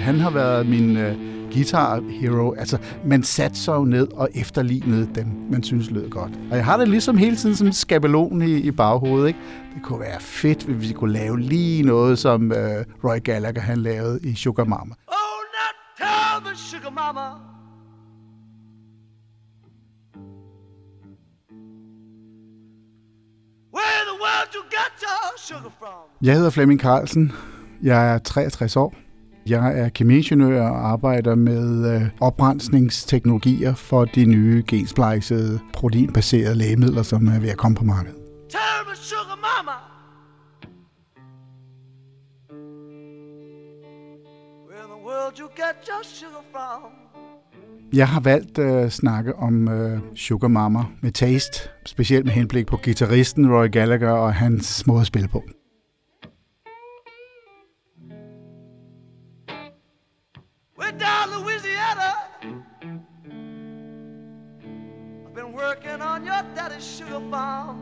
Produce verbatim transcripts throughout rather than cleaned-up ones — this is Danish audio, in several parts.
han har været min uh, guitar hero. Altså, man satte sig jo ned og efterlignede dem, man synes lød godt. Og jeg har det ligesom hele tiden som en skabelon i, i baghovedet, ikke? Det kunne være fedt, hvis vi kunne lave lige noget, som uh, Roy Gallagher han lavede i Sugar Mama. Oh, now tell me, Sugar Mama, where the world you got your sugar from? Jeg hedder Flemming Carlsen. Jeg er treogtres år. Jeg er kemiingeniør og arbejder med øh, oprensningsteknologier for de nye gensplejsede, proteinbaserede lægemidler, som er ved at komme på markedet. Tell me, Sugar Mama, where the world you get your sugar from? Jeg har valgt at øh, snakke om øh, Sugar Mama med Taste, specielt med henblik på guitaristen Roy Gallagher og hans måde at spille på. Down Louisiana, I've been working on your daddy's sugar farm.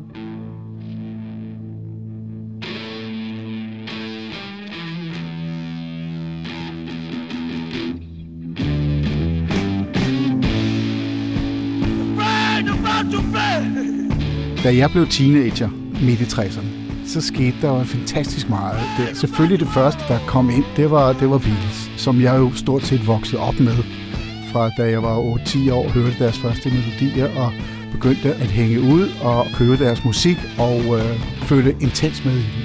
Da jeg blev teenager midt i tresserne, så skete der jo fantastisk meget der. Selvfølgelig det første, der kom ind, det var, det var Beatles, som jeg jo stort set voksede op med. Fra da jeg var otte ti år, hørte deres første melodier og begyndte at hænge ud og købe deres musik og øh, føle intens med i den.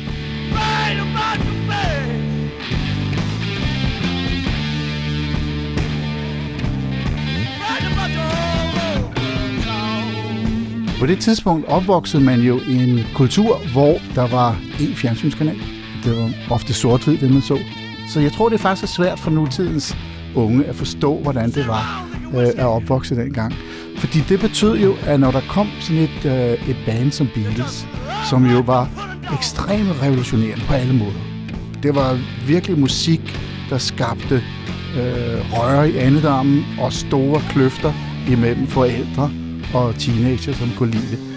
På det tidspunkt opvoksede man jo i en kultur, hvor der var én fjernsynskanal. Det var ofte sort-hvid, det man så. Så jeg tror, det er faktisk svært for nutidens unge at forstå, hvordan det var øh, at opvokse dengang. Fordi det betød jo, at når der kom sådan et, øh, et band som Beatles, som jo var ekstremt revolutionerende på alle måder. Det var virkelig musik, der skabte øh, røre i andedammen og store kløfter imellem forældre og teenager, som kunne lide det.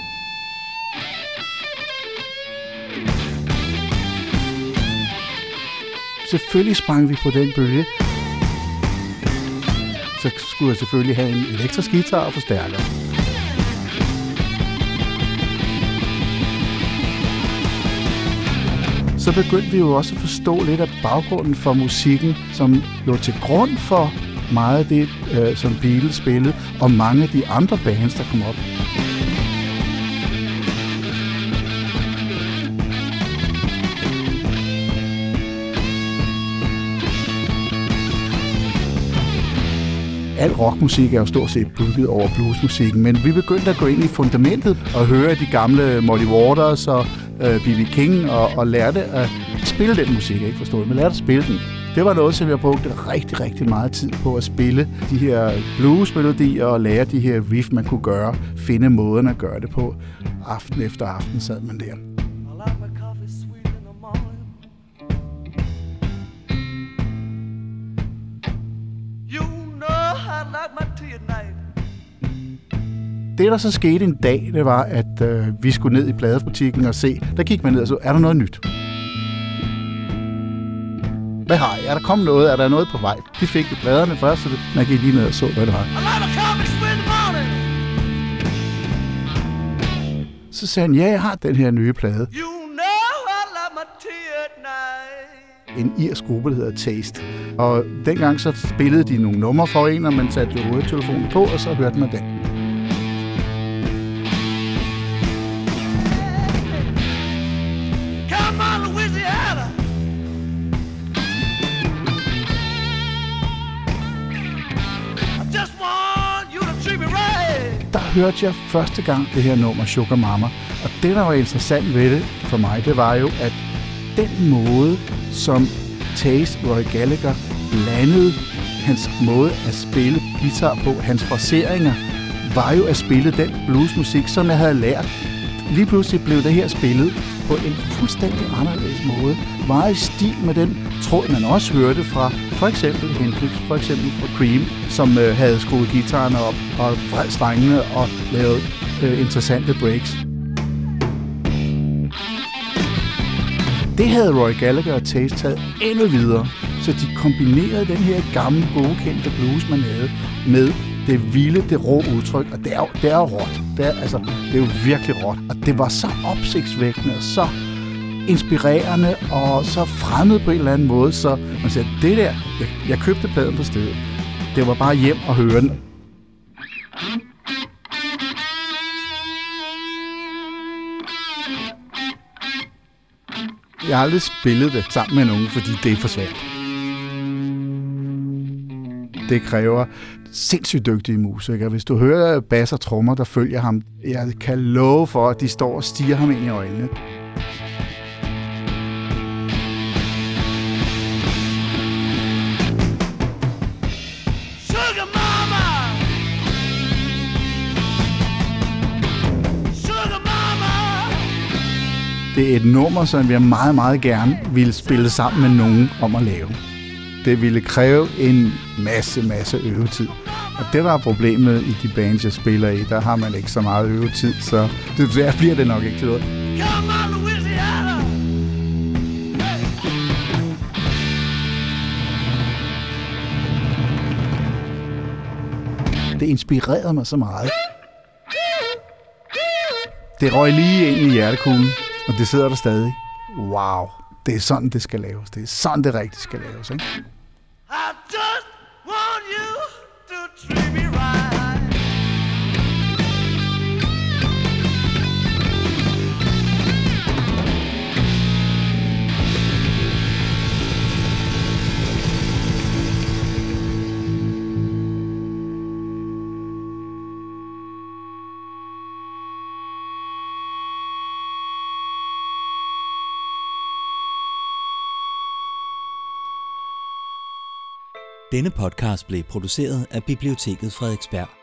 Selvfølgelig sprang vi på den bølge. Så skulle jeg selvfølgelig have en elektrisk guitar og forstærker. Så begyndte vi jo også at forstå lidt af baggrunden for musikken, som lå til grund for meget af det, øh, som Beatles spillede, og mange af de andre bands, der kom op. Al rockmusik er jo stort set bygget over bluesmusikken, men vi begyndte at gå ind i fundamentet og høre de gamle Muddy Waters og øh, B B King og, og lærte at spille den musik, ikke forstået, men lærte at spille den. Det var noget, som jeg brugte rigtig, rigtig meget tid på at spille de her bluesmelodier og lære de her riff, man kunne gøre, finde måden at gøre det på. Aften efter aften sad man der. Det, der så skete en dag, det var, at øh, vi skulle ned i pladebutikken og se. Der gik man ned og så, er der noget nyt? Hvad har jeg? Er der kommet noget? Er der noget på vej? De fik jo pladerne først, så man gik lige ned og så, hvad det var. Så sagde han, ja, jeg har den her nye plade. En irsk gruppe, der hedder Taste. Og dengang så spillede de nogle numre for en, og man satte hovedtelefonen på, og så hørte man den. Der hørte jeg første gang det her nummer Sugar Mama, og det, der var interessant ved det for mig, det var jo, at den måde, som Taste Roy Gallagher blandede hans måde at spille guitar på, hans fraseringer, var jo at spille den bluesmusik, som jeg havde lært. Lige pludselig blev det her spillet på en fuldstændig anderledes måde. Meget i stil med den tråd, man også hørte fra for eksempel Hendrix, for eksempel fra Cream, som øh, havde skruet guitarerne op og vred strengene og lavet øh, interessante breaks. Det havde Roy Gallagher og Taste taget endnu videre. Så de kombinerede den her gamle, gode, kendte blues, man havde, med det vilde, det rå udtryk, og det er jo, det er jo råt. Det er, altså, det er jo virkelig råt. Og det var så opsigtsvækkende, og så inspirerende, og så fremmed på en eller anden måde, så man siger, det der, jeg, jeg købte pladen på stedet. Det var bare hjem og høre den. Jeg har aldrig spillet det sammen med nogen, fordi det er for svært. Det kræver sindssygt dygtige musikere. Hvis du hører bass og trommer, der følger ham, jeg kan love for, at de står og stiger ham ind i øjnene. Sugar mama! Sugar mama! Det er et nummer, som jeg meget, meget gerne ville spille sammen med nogen om at lave. Det ville kræve en masse, masse øvetid. Og det, der er problemet i de bands, jeg spiller i, der har man ikke så meget øvetid, så det der bliver det nok ikke til noget. Come on, Louisiana! Det inspirerede mig så meget. Det røg lige ind i hjertekuglen, og det sidder der stadig. Wow, det er sådan, det skal laves. Det er sådan, det rigtigt skal laves, ikke? I just want you to treat me right. Denne podcast blev produceret af Biblioteket Frederiksberg.